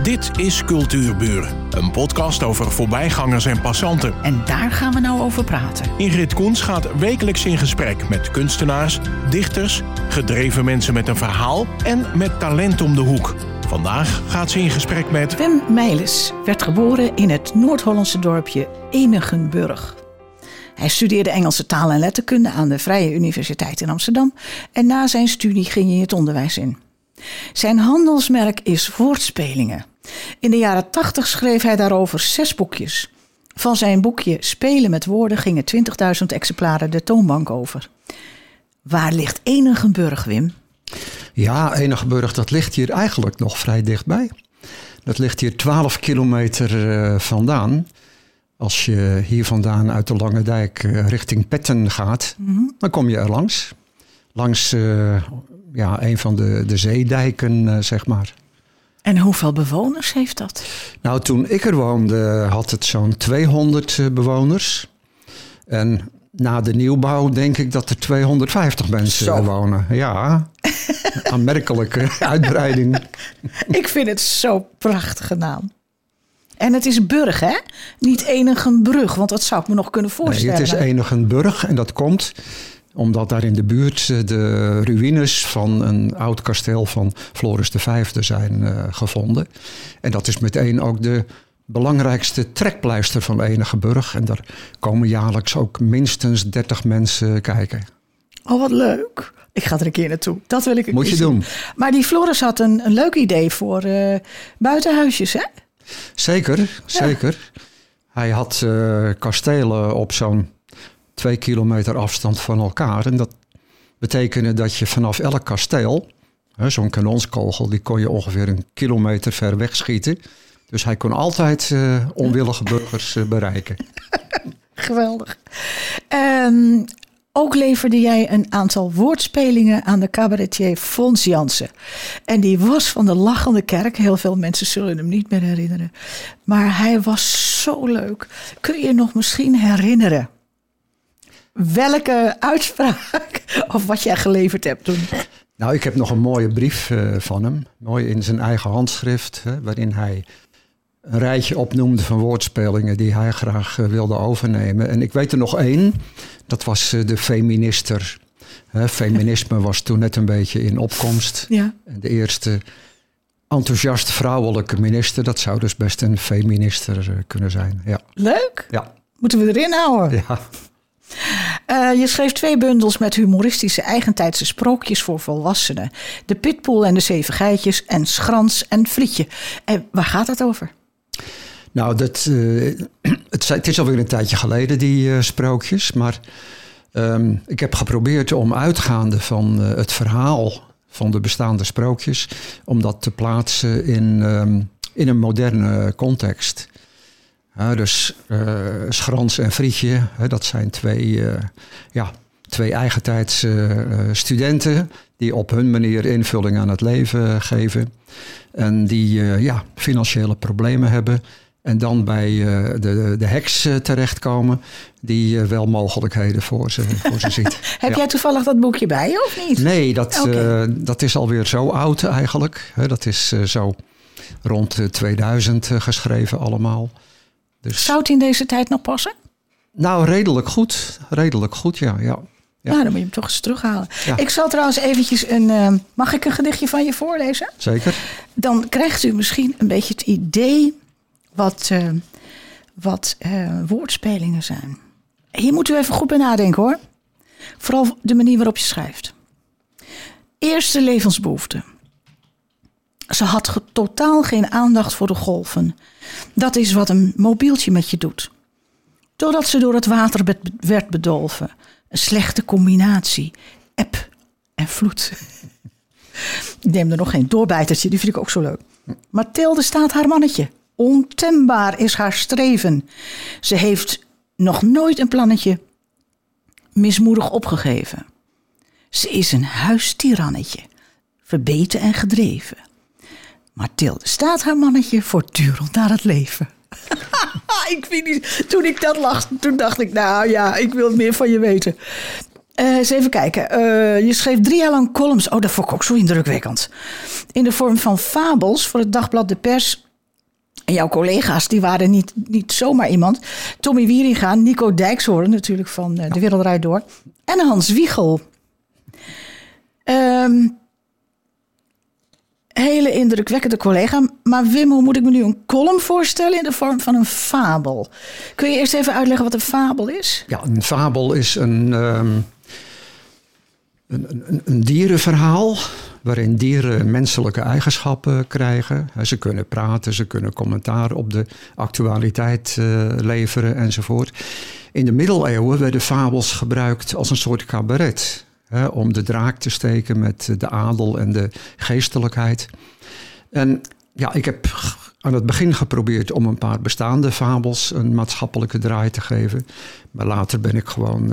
Dit is Cultuurburen, een podcast over voorbijgangers en passanten. En daar gaan we nou over praten. Ingrid Koens gaat wekelijks in gesprek met kunstenaars, dichters, gedreven mensen met een verhaal en met talent om de hoek. Vandaag gaat ze in gesprek met... Wim Meiles werd geboren in het Noord-Hollandse dorpje Enigenburg. Hij studeerde Engelse taal en letterkunde aan de Vrije Universiteit in Amsterdam. En na zijn studie ging hij het onderwijs in. Zijn handelsmerk is woordspelingen. In de jaren 80 schreef hij daarover 6 boekjes. Van zijn boekje Spelen met woorden gingen 20.000 exemplaren de toonbank over. Waar ligt Enigenburg, Wim? Ja, Enigenburg, dat ligt hier eigenlijk nog vrij dichtbij. Dat ligt hier 12 kilometer vandaan. Als je hier vandaan uit de Lange Dijk richting Petten gaat, dan kom je er langs. Langs een van de zeedijken, zeg maar. En hoeveel bewoners heeft dat? Nou, toen ik er woonde had het zo'n 200 bewoners. En na de nieuwbouw denk ik dat er 250 mensen wonen. Ja, aanmerkelijke uitbreiding. Ik vind het zo prachtige naam. En het is Burg, hè? Niet Enigenbrug, want dat zou ik me nog kunnen voorstellen. Nee, het is Enigenburg en dat komt omdat daar in de buurt de ruïnes van een oud kasteel van Floris V zijn gevonden. En dat is meteen ook de belangrijkste trekpleister van Enigenburg. En daar komen jaarlijks ook minstens 30 mensen kijken. Oh, wat leuk. Ik ga er een keer naartoe. Dat wil ik een Moet keer je zien. doen. Maar die Floris had een leuk idee voor buitenhuisjes, hè? Zeker, zeker. Ja. Hij had kastelen op zo'n 2 kilometer afstand van elkaar. En dat betekende dat je vanaf elk kasteel, zo'n kanonskogel, die kon je ongeveer 1 kilometer ver weg schieten. Dus hij kon altijd onwillige burgers bereiken. Geweldig. Ook leverde jij een aantal woordspelingen aan de cabaretier Fons Jansen. En die was van de Lachende Kerk. Heel veel mensen zullen hem niet meer herinneren. Maar hij was zo leuk. Kun je nog misschien herinneren welke uitspraak of wat jij geleverd hebt toen? Nou, ik heb nog een mooie brief van hem. Mooi in zijn eigen handschrift. Waarin hij een rijtje opnoemde van woordspelingen die hij graag wilde overnemen. En ik weet er nog 1. Dat was de feminister. Feminisme was toen net een beetje in opkomst. Ja. En de eerste enthousiast vrouwelijke minister, dat zou dus best een feminister kunnen zijn. Ja. Leuk. Ja. Moeten we erin houden. Ja. Je schreef 2 bundels met humoristische eigentijdse sprookjes voor volwassenen. De Pitpoel en de 7 Geitjes en Schrans en Frietje. En waar gaat het over? Nou, het is alweer een tijdje geleden, die sprookjes. Maar ik heb geprobeerd om uitgaande van het verhaal van de bestaande sprookjes, om dat te plaatsen in een moderne context. Dus Schrans en Frietje, dat zijn twee eigentijdse studenten die op hun manier invulling aan het leven geven. En die financiële problemen hebben. En dan bij de heks terechtkomen die wel mogelijkheden voor ze ziet. Heb jij toevallig dat boekje bij je of niet? Nee, dat is alweer zo oud eigenlijk. Dat is zo rond 2000 geschreven allemaal. Dus, zou het in deze tijd nog passen? Nou, redelijk goed. Redelijk goed, ja. Nou, dan moet je hem toch eens terughalen. Ja. Ik zal trouwens eventjes mag ik een gedichtje van je voorlezen? Zeker. Dan krijgt u misschien een beetje het idee wat woordspelingen zijn. Hier moet u even goed bij nadenken, hoor. Vooral de manier waarop je schrijft. Eerste levensbehoefte. Ze had totaal geen aandacht voor de golven. Dat is wat een mobieltje met je doet. Doordat ze door het water werd bedolven. Een slechte combinatie. Eb en vloed. Ik neem er nog geen doorbijtertje, die vind ik ook zo leuk. Mathilde staat haar mannetje. Ontembaar is haar streven. Ze heeft nog nooit een plannetje mismoedig opgegeven. Ze is een huistirannetje. Verbeten en gedreven. Mathilde staat haar mannetje voortdurend naar het leven. Toen ik dat las, toen dacht ik, nou ja, ik wil meer van je weten. Eens even kijken. Je schreef 3 jaar lang columns. Oh, dat vond ik ook zo indrukwekkend. In de vorm van fabels voor het dagblad De Pers En jouw collega's, die waren niet zomaar iemand. Tommy Wieringa, Nico Dijkshoorn natuurlijk van De Wereld Draait Door. En Hans Wiegel. Hele indrukwekkende collega. Maar Wim, hoe moet ik me nu een column voorstellen in de vorm van een fabel? Kun je eerst even uitleggen wat een fabel is? Ja, een fabel is een dierenverhaal waarin dieren menselijke eigenschappen krijgen. Ze kunnen praten, ze kunnen commentaar op de actualiteit leveren enzovoort. In de middeleeuwen werden fabels gebruikt als een soort cabaret. Om de draak te steken met de adel en de geestelijkheid. En ja, ik heb aan het begin geprobeerd om een paar bestaande fabels een maatschappelijke draai te geven. Maar later ben ik gewoon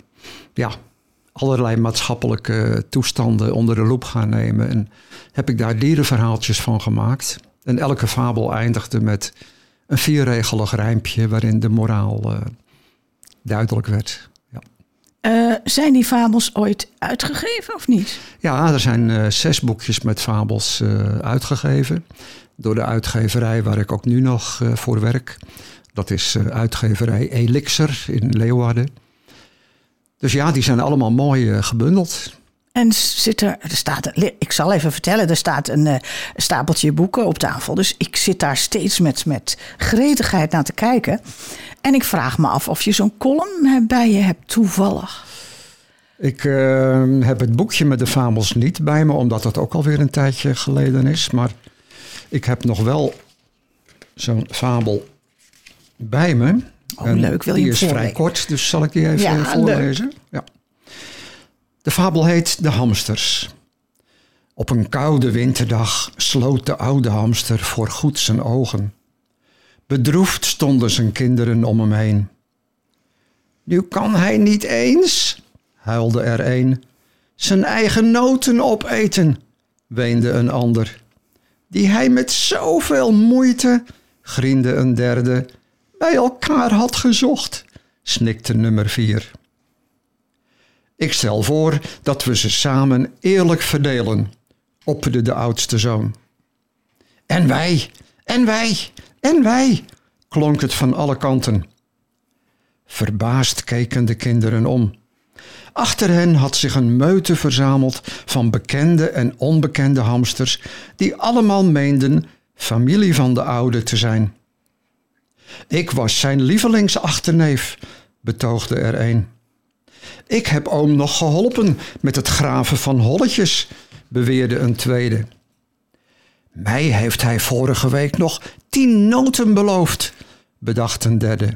allerlei maatschappelijke toestanden onder de loep gaan nemen. En heb ik daar dierenverhaaltjes van gemaakt. En elke fabel eindigde met een 4-regelig rijmpje waarin de moraal duidelijk werd. Ja. Zijn die fabels ooit uitgegeven of niet? Ja, er zijn 6 boekjes met fabels uitgegeven. Door de uitgeverij waar ik ook nu nog voor werk. Dat is uitgeverij Elixir in Leeuwarden. Dus ja, die zijn allemaal mooi gebundeld. En ik zal even vertellen, er staat een stapeltje boeken op tafel. Dus ik zit daar steeds met gretigheid naar te kijken. En ik vraag me af of je zo'n column bij je hebt toevallig. Ik heb het boekje met de fabels niet bij me, omdat dat ook alweer een tijdje geleden is. Maar ik heb nog wel zo'n fabel bij me. Oh, leuk. Wil je die is vrij kort, dus zal ik die even voorlezen? Ja. De fabel heet De Hamsters. Op een koude winterdag sloot de oude hamster voorgoed zijn ogen. Bedroefd stonden zijn kinderen om hem heen. Nu kan hij niet eens, huilde er een, zijn eigen noten opeten, weende een ander. Die hij met zoveel moeite, griende een derde, bij elkaar had gezocht, snikte nummer 4. Ik stel voor dat we ze samen eerlijk verdelen, opperde de oudste zoon. En wij, en wij, en wij, klonk het van alle kanten. Verbaasd keken de kinderen om. Achter hen had zich een meute verzameld van bekende en onbekende hamsters, die allemaal meenden familie van de oude te zijn. Ik was zijn lievelingsachterneef, betoogde er een. Ik heb oom nog geholpen met het graven van holletjes, beweerde een tweede. Mij heeft hij vorige week nog 10 noten beloofd, bedacht een derde.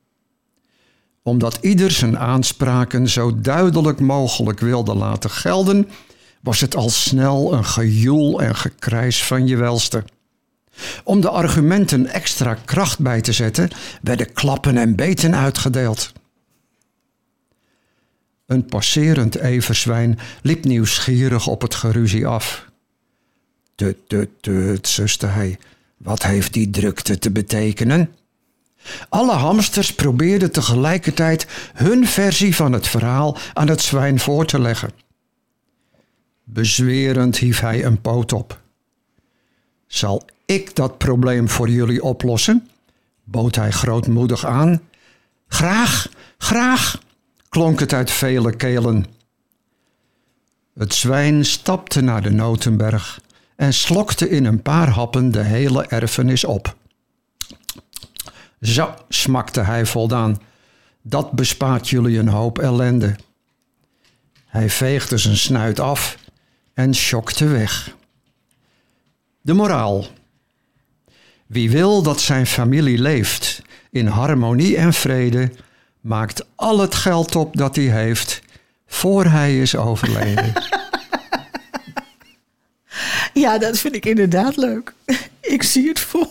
Omdat ieder zijn aanspraken zo duidelijk mogelijk wilde laten gelden, was het al snel een gejoel en gekrijs van je welste. Om de argumenten extra kracht bij te zetten, werden klappen en beten uitgedeeld. Een passerend everzwijn liep nieuwsgierig op het geruzie af. Tut, suste hij. Wat heeft die drukte te betekenen? Alle hamsters probeerden tegelijkertijd hun versie van het verhaal aan het zwijn voor te leggen. Bezwerend hief hij een poot op. Zal ik dat probleem voor jullie oplossen? Bood hij grootmoedig aan. Graag, graag, klonk het uit vele kelen. Het zwijn stapte naar de notenberg en slokte in een paar happen de hele erfenis op. Zo, smakte hij voldaan, dat bespaart jullie een hoop ellende. Hij veegde zijn snuit af en sjokte weg. De moraal. Wie wil dat zijn familie leeft in harmonie en vrede, maakt al het geld op dat hij heeft voor hij is overleden. Ja, dat vind ik inderdaad leuk. Ik zie het voor.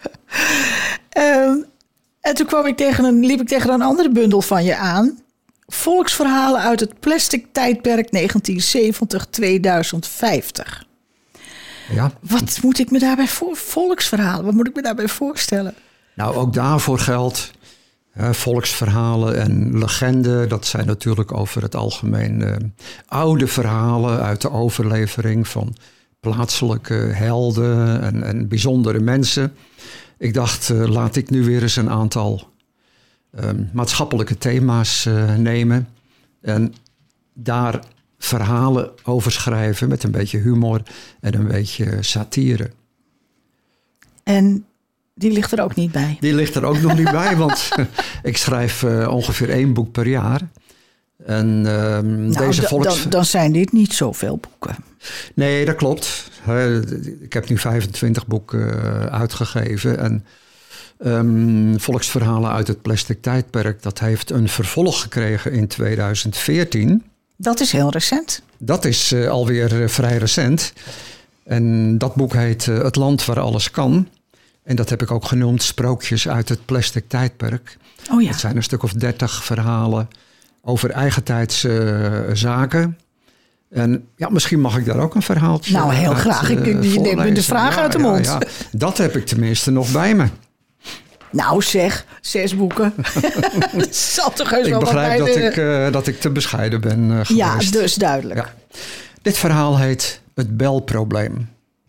En toen liep ik tegen een andere bundel van je aan. Volksverhalen uit het plastic tijdperk 1970-2050. Ja. Wat moet ik me daarbij volksverhalen, wat moet ik me daarbij voorstellen? Nou, ook daarvoor geldt. Volksverhalen en legenden, dat zijn natuurlijk over het algemeen oude verhalen uit de overlevering van plaatselijke helden en bijzondere mensen. Ik dacht, laat ik nu weer eens een aantal maatschappelijke thema's nemen. En daar verhalen over schrijven met een beetje humor en een beetje satire. En die ligt er ook niet bij? Die ligt er ook nog niet bij, want ik schrijf ongeveer 1 boek per jaar. En dan zijn dit niet zoveel boeken. Nee, dat klopt. Ik heb nu 25 boeken uitgegeven. En Volksverhalen uit het Plastic Tijdperk, dat heeft een vervolg gekregen in 2014. Dat is heel recent. Dat is alweer vrij recent. En dat boek heet Het Land Waar Alles Kan. En dat heb ik ook genoemd Sprookjes uit het Plastic Tijdperk. Oh ja. Het zijn een stuk of 30 verhalen over eigentijdse zaken. En ja, misschien mag ik daar ook een verhaaltje Nou, heel uit, graag. Ik neem me de vraag uit de mond. Ja. Dat heb ik tenminste nog bij me. Nou zeg, 6 boeken. Zal toch heus wel Ik wat bij begrijp dat ik te bescheiden ben geweest. Ja, dus duidelijk. Ja. Dit verhaal heet Het Belprobleem.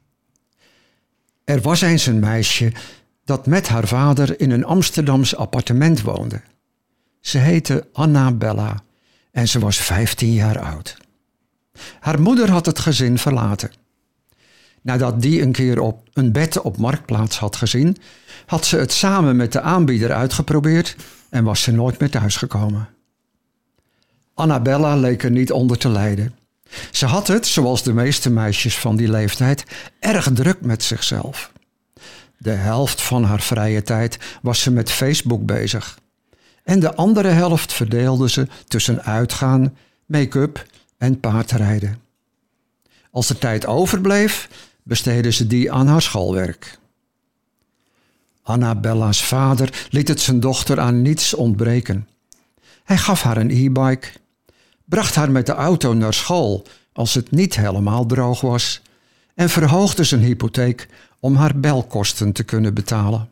Er was eens een meisje dat met haar vader in een Amsterdams appartement woonde. Ze heette Annabella en ze was 15 jaar oud. Haar moeder had het gezin verlaten. Nadat die een keer op een bed op Marktplaats had gezien, had ze het samen met de aanbieder uitgeprobeerd en was ze nooit meer thuisgekomen. Annabella leek er niet onder te lijden. Ze had het, zoals de meeste meisjes van die leeftijd, erg druk met zichzelf. De helft van haar vrije tijd was ze met Facebook bezig. En de andere helft verdeelde ze tussen uitgaan, make-up en paardrijden. Als er tijd overbleef, besteedde ze die aan haar schoolwerk. Annabella's vader liet het zijn dochter aan niets ontbreken. Hij gaf haar een e-bike, bracht haar met de auto naar school als het niet helemaal droog was en verhoogde zijn hypotheek om haar belkosten te kunnen betalen.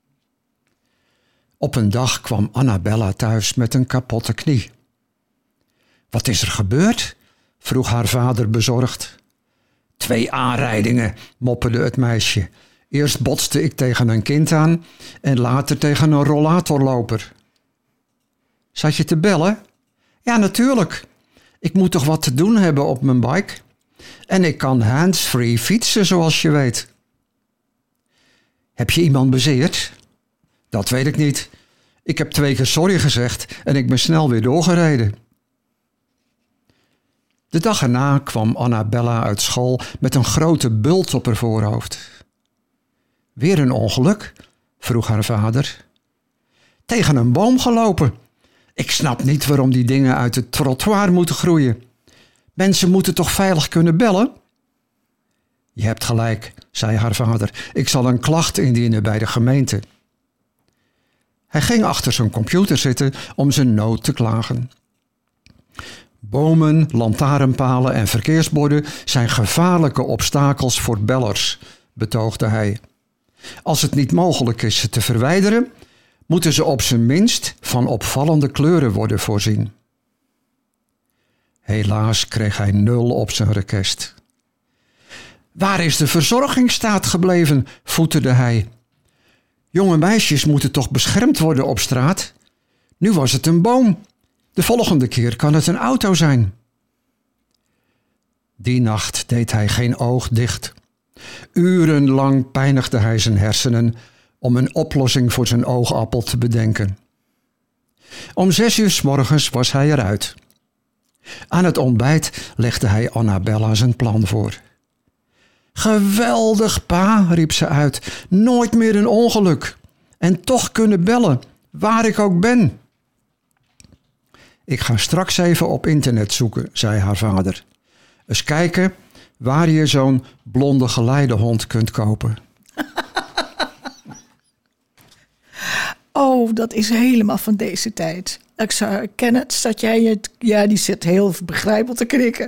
Op een dag kwam Annabella thuis met een kapotte knie. Wat is er gebeurd? Vroeg haar vader bezorgd. 2 aanrijdingen, mopperde het meisje. Eerst botste ik tegen een kind aan en later tegen een rollatorloper. Zat je te bellen? Ja, natuurlijk. Ik moet toch wat te doen hebben op mijn bike? En ik kan hands-free fietsen, zoals je weet. Heb je iemand bezeerd? Dat weet ik niet. Ik heb 2 keer sorry gezegd en ik ben snel weer doorgereden. De dag erna kwam Annabella uit school met een grote bult op haar voorhoofd. Weer een ongeluk? Vroeg haar vader. Tegen een boom gelopen. Ik snap niet waarom die dingen uit het trottoir moeten groeien. Mensen moeten toch veilig kunnen bellen? Je hebt gelijk, zei haar vader. Ik zal een klacht indienen bij de gemeente. Hij ging achter zijn computer zitten om zijn nood te klagen. Bomen, lantaarnpalen en verkeersborden zijn gevaarlijke obstakels voor bellers, betoogde hij. Als het niet mogelijk is ze te verwijderen, moeten ze op zijn minst van opvallende kleuren worden voorzien. Helaas kreeg hij 0 op zijn request. Waar is de verzorgingsstaat gebleven? Voeterde hij. Jonge meisjes moeten toch beschermd worden op straat? Nu was het een boom. De volgende keer kan het een auto zijn. Die nacht deed hij geen oog dicht. Urenlang pijnigde hij zijn hersenen om een oplossing voor zijn oogappel te bedenken. Om 6 uur 's morgens was hij eruit. Aan het ontbijt legde hij Annabella zijn plan voor. Geweldig, pa, riep ze uit. Nooit meer een ongeluk. En toch kunnen bellen, waar ik ook ben. Ik ga straks even op internet zoeken, zei haar vader. Eens kijken waar je zo'n blonde geleidehond kunt kopen. Oh, dat is helemaal van deze tijd. Ik zou herkennen, dat jij het... Ja, die zit heel begrijpelijk te knikken.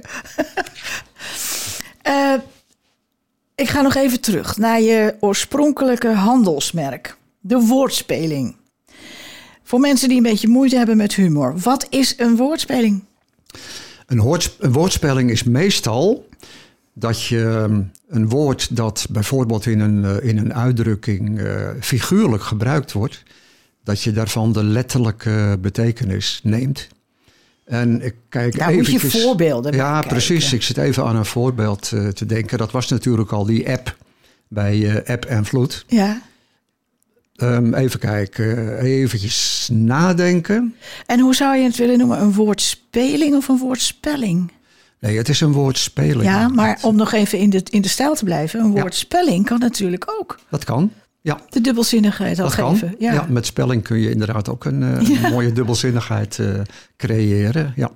Ik ga nog even terug naar je oorspronkelijke handelsmerk. De woordspeling. Voor mensen die een beetje moeite hebben met humor. Wat is een woordspeling? Een woordspeling is meestal dat je een woord dat bijvoorbeeld in een uitdrukking figuurlijk gebruikt wordt, dat je daarvan de letterlijke betekenis neemt. En ik kijk Daar eventjes, moet je voorbeelden bij ja, kijken. precies. Ik zit even aan een voorbeeld te denken. Dat was natuurlijk al die app bij App en Vloed. Ja. Even kijken, eventjes nadenken. En hoe zou je het willen noemen? Een woordspeling of een woordspelling? Nee, het is een woordspeling. Ja, maar om nog even in de stijl te blijven. Een woordspelling kan natuurlijk ook Dat kan, ja. de dubbelzinnigheid al Dat kan. geven. Ja. Ja, met spelling kun je inderdaad ook een mooie dubbelzinnigheid creëren. Ja.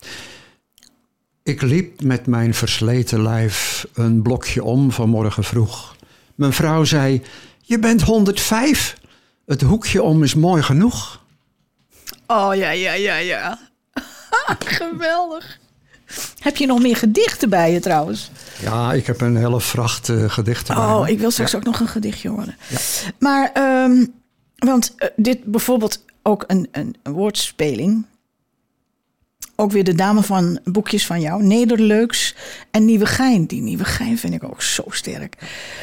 Ik liep met mijn versleten lijf een blokje om vanmorgen vroeg. Mijn vrouw zei, je bent 105. Het hoekje om is mooi genoeg. Oh, ja. Geweldig. Heb je nog meer gedichten bij je trouwens? Ja, ik heb een hele vracht gedichten bij me. Oh, ik wil straks ook nog een gedichtje horen. Ja. Maar, want dit bijvoorbeeld ook een woordspeling. Ook weer de dame van boekjes van jou. Nederleuks en Nieuwegein. Die Nieuwegein vind ik ook zo sterk.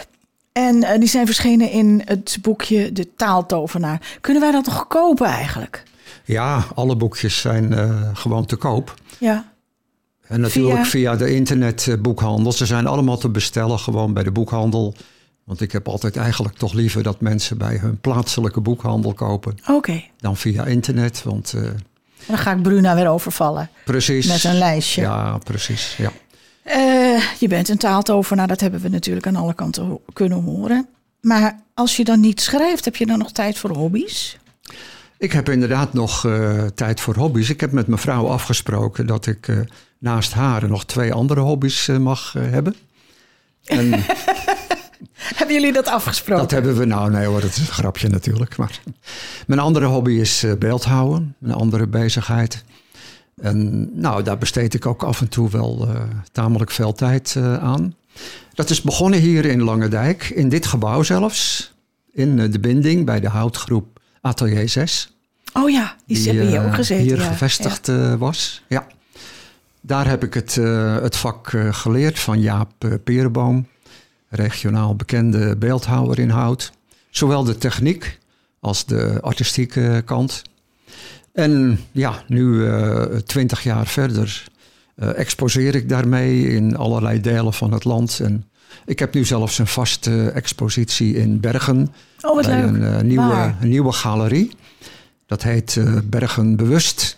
En die zijn verschenen in het boekje De Taaltovenaar. Kunnen wij dat toch kopen eigenlijk? Ja, alle boekjes zijn gewoon te koop. Ja. En natuurlijk via de internetboekhandel. Ze zijn allemaal te bestellen gewoon bij de boekhandel. Want ik heb altijd eigenlijk toch liever dat mensen bij hun plaatselijke boekhandel kopen. Oké. Dan via internet. Want, dan ga ik Bruna weer overvallen. Precies. Met een lijstje. Ja, precies. Ja. Je bent een taaltovenaar, dat hebben we natuurlijk aan alle kanten kunnen horen. Maar als je dan niet schrijft, heb je dan nog tijd voor hobby's? Ik heb inderdaad nog tijd voor hobby's. Ik heb met mijn vrouw afgesproken dat ik naast haar nog 2 andere hobby's mag hebben. En hebben jullie dat afgesproken? Dat hebben we nou. Nee hoor, dat is een grapje natuurlijk. Maar mijn andere hobby is beeldhouwen. Een andere bezigheid. En nou, daar besteed ik ook af en toe wel tamelijk veel tijd aan. Dat is begonnen hier in Langendijk. In dit gebouw zelfs. In de Binding bij de houtgroep Atelier 6. Oh ja, die hebben hier ook gezeten. Hier gevestigd was. Ja. Daar heb ik het vak geleerd van Jaap Perenboom. Regionaal bekende beeldhouwer in hout. Zowel de techniek als de artistieke kant. En ja, nu 20 jaar verder exposeer ik daarmee in allerlei delen van het land. En ik heb nu zelfs een vaste expositie in Bergen. Oh, wat bij leuk. een nieuwe galerie. Dat heet Bergen Bewust.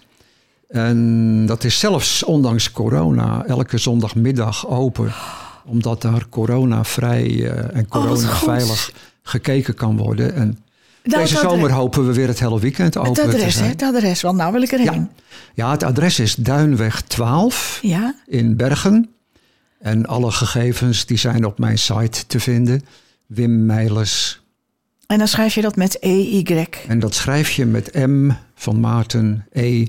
En dat is zelfs ondanks corona elke zondagmiddag open. Omdat daar coronavrij en coronaveilig gekeken kan worden. En deze zomer hopen we weer het hele weekend open te zijn. Het adres, want nou wil ik erheen. Ja, het adres is Duinweg 12 in Bergen. En alle gegevens die zijn op mijn site te vinden. Wim Meilers. En dan schrijf je dat met EY. En dat schrijf je met M van Maarten,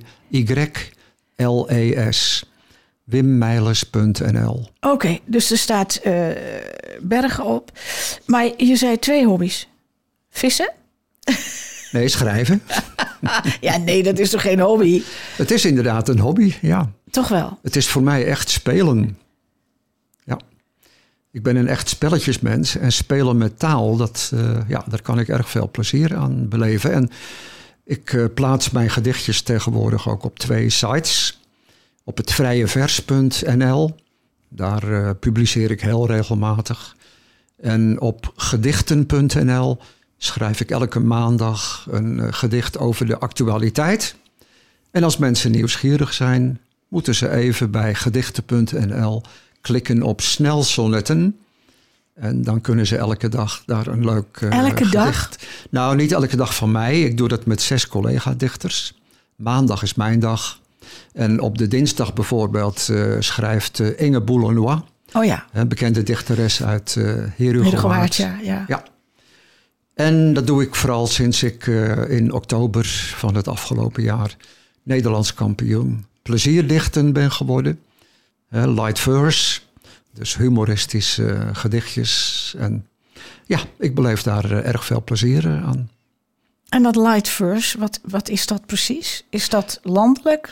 EYLES. Wimmeilers.nl. Oké, dus er staat Bergen op. Maar je zei 2 hobby's. Vissen? Nee, schrijven. Ja, nee, dat is toch geen hobby? Het is inderdaad een hobby, ja. Toch wel? Het is voor mij echt spelen. Ja. Ik ben een echt spelletjesmens. En spelen met taal, daar kan ik erg veel plezier aan beleven. En ik plaats mijn gedichtjes tegenwoordig ook op 2 sites. Op het vrijevers.nl. Daar publiceer ik heel regelmatig. En op gedichten.nl schrijf ik elke maandag een gedicht over de actualiteit. En als mensen nieuwsgierig zijn, moeten ze even bij gedichten.nl klikken op snelsonnetten. En dan kunnen ze elke dag daar een leuk gedicht. Dag? Nou, niet elke dag van mij. Ik doe dat met 6 collega-dichters. Maandag is mijn dag. En op de dinsdag bijvoorbeeld schrijft Inge Boulonnois. Oh ja. Een bekende dichteres uit Herugewaard. Ja. En dat doe ik vooral sinds ik in oktober van het afgelopen jaar Nederlands kampioen plezierdichten ben geworden. Light verse, dus humoristische gedichtjes. En ja, ik beleef daar erg veel plezier aan. En dat light verse, wat is dat precies? Is dat landelijk?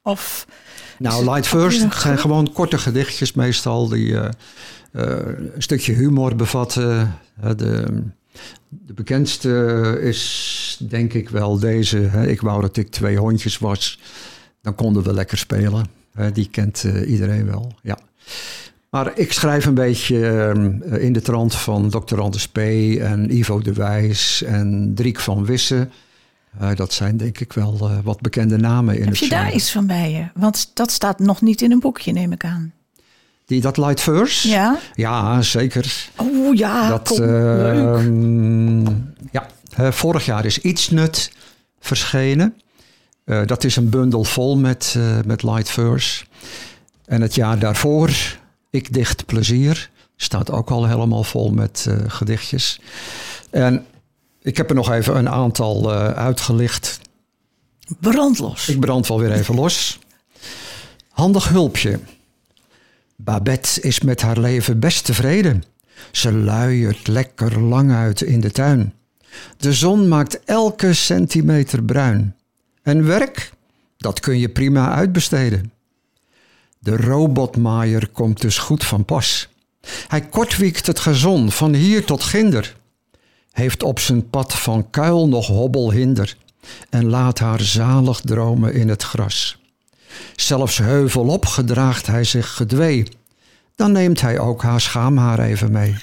Of Nou, light verse zijn gewoon korte gedichtjes meestal die een stukje humor bevatten. De bekendste is denk ik wel deze. Ik wou dat ik 2 hondjes was. Dan konden we lekker spelen. Die kent iedereen wel, ja. Maar ik schrijf een beetje in de trant van Dr. Anders P. en Ivo de Wijs en Driek van Wissen. Dat zijn denk ik wel wat bekende namen in het Heb je daar iets van bij je? Want dat staat nog niet in een boekje, neem ik aan. Dat light verse? Ja? Ja, zeker. Oh ja, dat, leuk. Vorig jaar is Ietsnut verschenen. Dat is een bundel vol met light verse. En het jaar daarvoor, Ik dicht plezier, staat ook al helemaal vol met gedichtjes. En ik heb er nog even een aantal uitgelicht. Brand los. Ik brand wel weer even los. Handig hulpje. Babette is met haar leven best tevreden. Ze luiert lekker lang uit in de tuin. De zon maakt elke centimeter bruin. En werk, dat kun je prima uitbesteden. De robotmaaier komt dus goed van pas. Hij kortwiekt het gezon van hier tot ginder. Heeft op zijn pad van kuil nog hobbelhinder. En laat haar zalig dromen in het gras. Zelfs heuvelop gedraagt hij zich gedwee. Dan neemt hij ook haar schaamhaar even mee.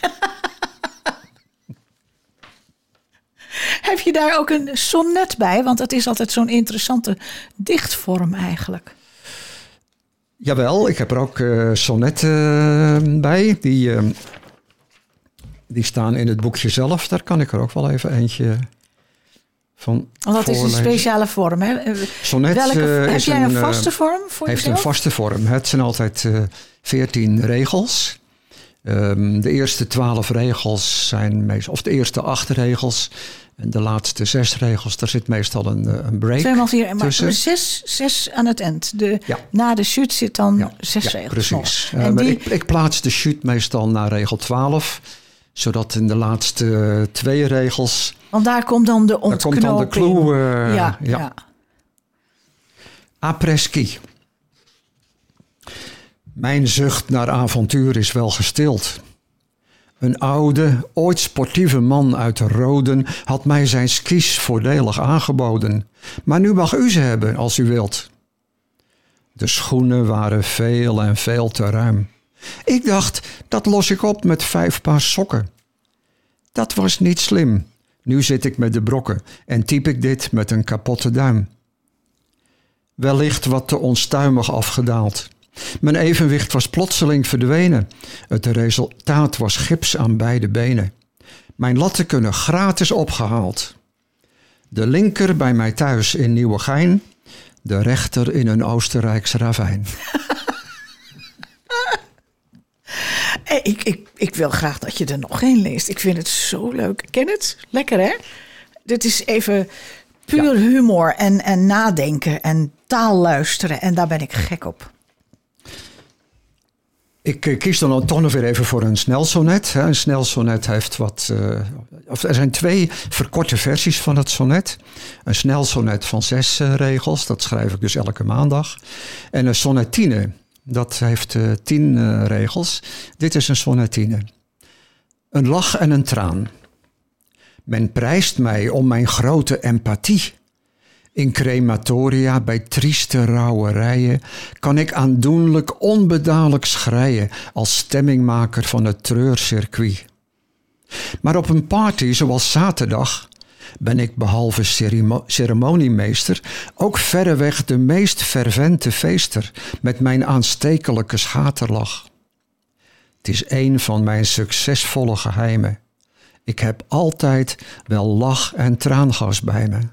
Heb je daar ook een sonnet bij? Want dat is altijd zo'n interessante dichtvorm eigenlijk. Jawel, ik heb er ook sonnetten bij. Die staan in het boekje zelf. Daar kan ik er ook wel even eentje van Want dat voorlezen. is een speciale vorm, hè? Sonnet heb jij een vaste vorm voor heeft jezelf? een vaste vorm. Het zijn altijd 14 regels. De eerste 12 regels zijn meestal, of de eerste 8 regels en de laatste 6 regels, daar zit meestal een break 2 x 4, maar tussen. 6 aan het eind. Ja. Na de shoot zit dan 6 regels. Precies. En Ik plaats de shoot meestal naar regel 12, zodat in de laatste 2 regels... Want daar komt dan de ontknoping. Daar komt dan de clue. Ja. Après-ski. Mijn zucht naar avontuur is wel gestild. Een oude, ooit sportieve man uit de Roden had mij zijn skis voordelig aangeboden. Maar nu mag u ze hebben als u wilt. De schoenen waren veel en veel te ruim. Ik dacht, dat los ik op met 5 paar sokken. Dat was niet slim. Nu zit ik met de brokken en typ ik dit met een kapotte duim. Wellicht wat te onstuimig afgedaald. Mijn evenwicht was plotseling verdwenen. Het resultaat was gips aan beide benen. Mijn latten kunnen gratis opgehaald. De linker bij mij thuis in Nieuwegein. De rechter in een Oostenrijks ravijn. Ik wil graag dat je er nog één leest. Ik vind het zo leuk. Ken het? Lekker, hè? Dit is even puur humor en nadenken en taal luisteren. En daar ben ik gek op. Ik kies dan toch nog weer even voor een snelsonnet. Een snelsonnet heeft er zijn 2 verkorte versies van het sonnet. Een snelsonnet van 6 regels. Dat schrijf ik dus elke maandag. En een sonnettine. Dat heeft 10 regels. Dit is een sonnettine. Een lach en een traan. Men prijst mij om mijn grote empathie. In crematoria bij trieste rouwerijen kan ik aandoenlijk onbedadelijk schreien als stemmingmaker van het treurcircuit. Maar op een party zoals zaterdag ben ik behalve ceremoniemeester ook verreweg de meest fervente feester met mijn aanstekelijke schaterlach. Het is een van mijn succesvolle geheimen. Ik heb altijd wel lach- en traangas bij me.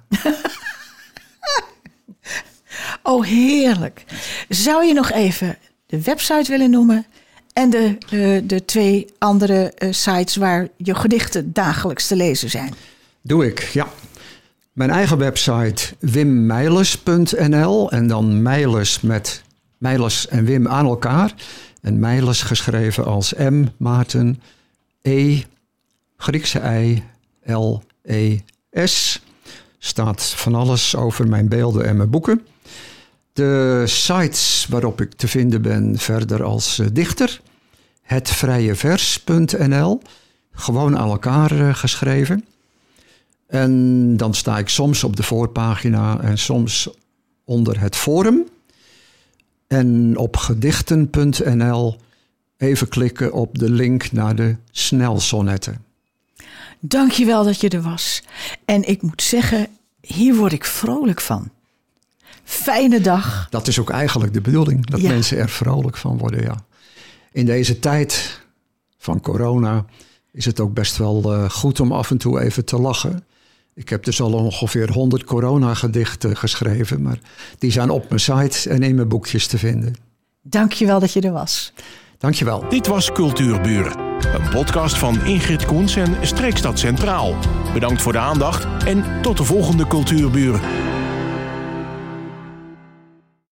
Oh, heerlijk. Zou je nog even de website willen noemen en de 2 andere sites waar je gedichten dagelijks te lezen zijn? Doe ik, ja. Mijn eigen website wimmeilers.nl en dan Meilers met Meilers en Wim aan elkaar. En Meilers geschreven als M, Maarten, E, Griekse I, L, E, S. Staat van alles over mijn beelden en mijn boeken. De sites waarop ik te vinden ben verder als dichter. Hetvrijevers.nl. Gewoon aan elkaar geschreven. En dan sta ik soms op de voorpagina en soms onder het forum. En op gedichten.nl even klikken op de link naar de snelsonnetten. Dank je wel dat je er was. En ik moet zeggen, hier word ik vrolijk van. Fijne dag. Dat is ook eigenlijk de bedoeling, dat mensen er vrolijk van worden, ja. In deze tijd van corona is het ook best wel goed om af en toe even te lachen. Ik heb dus al ongeveer 100 coronagedichten geschreven, maar die zijn op mijn site en in mijn boekjes te vinden. Dank je wel dat je er was. Dank je wel. Dit was Cultuurburen, een podcast van Ingrid Koens en Streekstad Centraal. Bedankt voor de aandacht en tot de volgende Cultuurburen.